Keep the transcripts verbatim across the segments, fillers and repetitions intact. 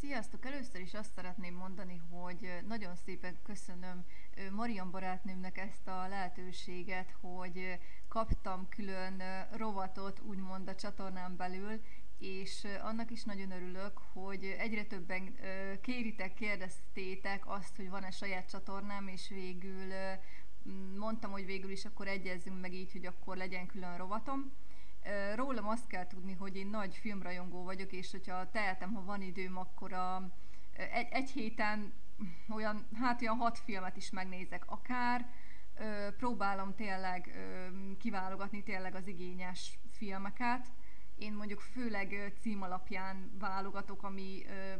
Sziasztok! Először is azt szeretném mondani, hogy nagyon szépen köszönöm Marian barátnőmnek ezt a lehetőséget, hogy kaptam külön rovatot, úgymond a csatornán belül, és annak is nagyon örülök, hogy egyre többen kéritek, kérdeztétek azt, hogy van-e saját csatornám, és végül mondtam, hogy végül is akkor egyezzünk meg így, hogy akkor legyen külön rovatom. Rólam azt kell tudni, hogy én nagy filmrajongó vagyok, és hogyha tehetem, ha van időm, akkor a, egy, egy héten olyan, hát olyan hat filmet is megnézek akár. Próbálom tényleg kiválogatni tényleg az igényes filmeket. Én mondjuk főleg cím alapján válogatok, ami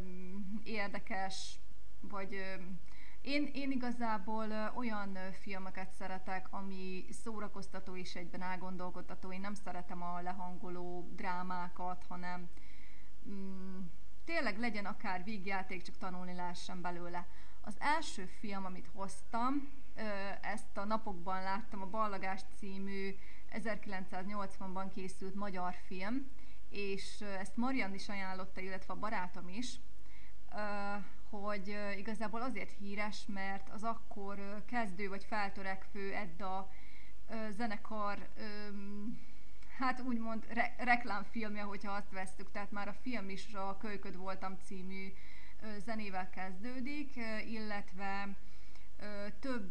érdekes, vagy Én, én igazából olyan filmeket szeretek, ami szórakoztató és egyben elgondolkodtató. Én nem szeretem a lehangoló drámákat, hanem mm, tényleg legyen akár vígjáték, csak tanulni lehessen belőle. Az első film, amit hoztam, ezt a napokban láttam, a Ballagás című ezerkilencszáznyolcvanban készült magyar film, és ezt Marian is ajánlotta, illetve a barátom is, hogy igazából azért híres, mert az akkor kezdő vagy feltörekvő Edda zenekar, hát úgymond re- reklámfilmje, hogyha azt vesszük, tehát már a film is a Kölyköd voltam című zenével kezdődik, illetve több,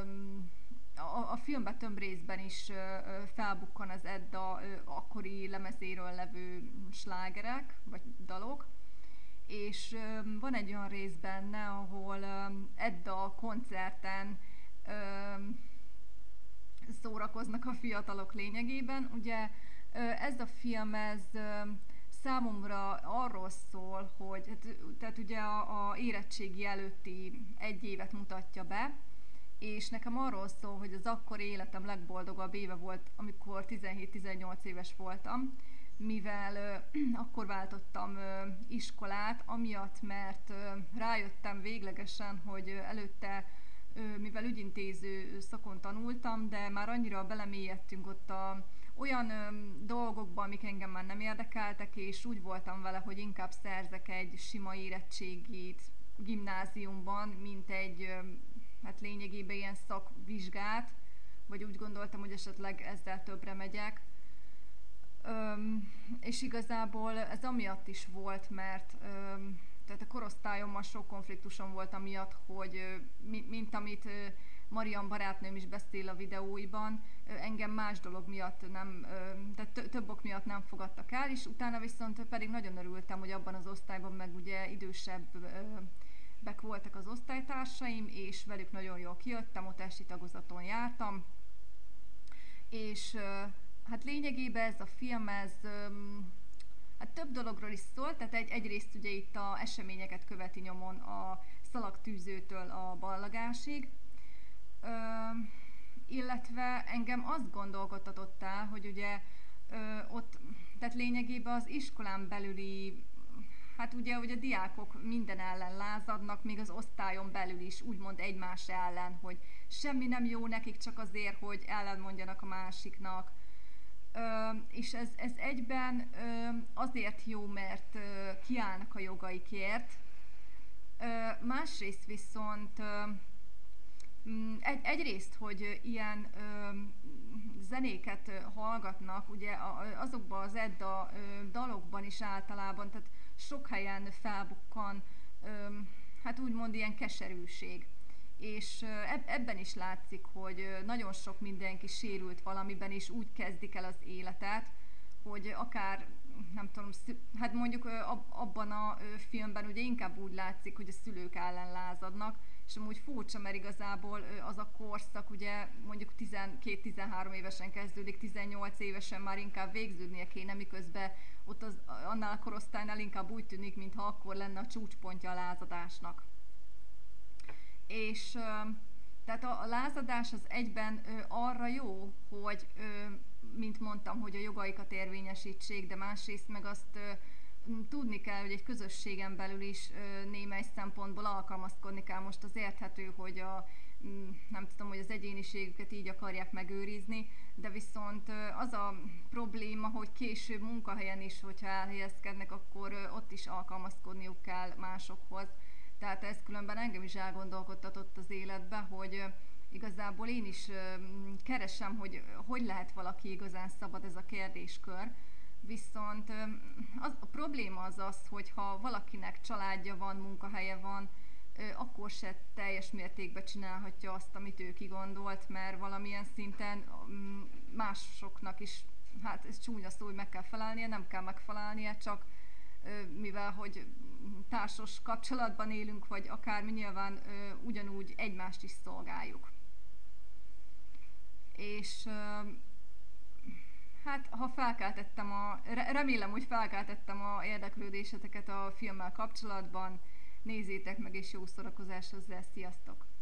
a, a filmben több részben is felbukkan az Edda akkori lemezéről levő slágerek, vagy dalok, és um, van egy olyan rész benne, ahol um, Edda koncerten um, szórakoznak a fiatalok lényegében. Ugye uh, ez a film, ez um, számomra arról szól, hogy hát, tehát ugye a, a érettségi előtti egy évet mutatja be, és nekem arról szól, hogy az akkor életem legboldogabb éve volt, amikor tizenhét-tizennyolc éves voltam, mivel uh, akkor váltottam uh, iskolát, amiatt, mert uh, rájöttem véglegesen, hogy uh, előtte, uh, mivel ügyintéző szakon tanultam, de már annyira belemélyedtünk ott a, olyan um, dolgokba, amik engem már nem érdekeltek, és úgy voltam vele, hogy inkább szerzek egy sima érettségit gimnáziumban, mint egy, um, hát lényegében ilyen szakvizsgát, vagy úgy gondoltam, hogy esetleg ezzel többre megyek. Öm, és igazából ez amiatt is volt, mert öm, tehát a korosztályommal sok konfliktusom volt amiatt, hogy ö, mi, mint amit ö, Marian barátnőm is beszél a videóiban, ö, engem más dolog miatt nem, ö, tehát több ok miatt nem fogadtak el, és utána viszont pedig nagyon örültem, hogy abban az osztályban meg ugye idősebbek voltak az osztálytársaim, és velük nagyon jól kijöttem, ott esti tagozaton jártam, és ö, hát lényegében ez a film, ez um, hát több dologról is szól, tehát egy, egyrészt ugye itt a eseményeket követi nyomon a szalagtűzőtől a ballagásig, um, illetve engem azt gondolkodtatott el, hogy ugye ö, ott, tehát lényegében az iskolán belüli, hát ugye, ugye a diákok minden ellen lázadnak, még az osztályon belül is úgymond egymás ellen, hogy semmi nem jó nekik csak azért, hogy ellenmondjanak a másiknak. Ö, és ez, ez egyben ö, azért jó, mert ö, kiállnak a jogaikért, ö, másrészt viszont ö, egy, egyrészt, hogy ilyen ö, zenéket ö, hallgatnak, ugye a, azokban az Edda ö, dalokban is általában, tehát sok helyen felbukkan, ö, hát úgymond ilyen keserűség. És ebben is látszik, hogy nagyon sok mindenki sérült valamiben, és úgy kezdik el az életet, hogy akár, nem tudom, hát mondjuk abban a filmben ugye inkább úgy látszik, hogy a szülők ellen lázadnak, és amúgy furcsa, mert igazából az a korszak ugye mondjuk tizenkét-tizenhárom évesen kezdődik, tizennyolc évesen már inkább végződnie kéne, miközben ott az, annál a korosztálynál inkább úgy tűnik, mintha akkor lenne a csúcspontja a lázadásnak. És tehát a, a lázadás az egyben ö, arra jó, hogy ö, mint mondtam, hogy a jogaikat érvényesítsék, de másrészt meg azt ö, tudni kell, hogy egy közösségen belül is ö, némely szempontból alkalmazkodni kell. Most az érthető, hogy a mm, nem tudom, hogy az egyéniségüket így akarják megőrizni, de viszont az a probléma, hogy később munkahelyen is, hogyha elhelyezkednek, akkor ott is alkalmazkodniuk kell másokhoz. Tehát ez különben engem is elgondolkodtatott az életbe, hogy igazából én is keresem, hogy hogy lehet valaki igazán szabad, ez a kérdéskör. Viszont az, a probléma az az, hogy ha valakinek családja van, munkahelye van, akkor se teljes mértékben csinálhatja azt, amit ő kigondolt, mert valamilyen szinten másoknak is, hát ez csúnya szó, hogy meg kell felelnie, nem kell megfelelnie, csak mivel, hogy társas kapcsolatban élünk, vagy akármi, nyilván ugyanúgy egymást is szolgáljuk. És hát, ha felkeltettem a, remélem, hogy felkeltettem a érdeklődéseteket a filmmel kapcsolatban, nézzétek meg, és jó szórakozás hozzá, sziasztok!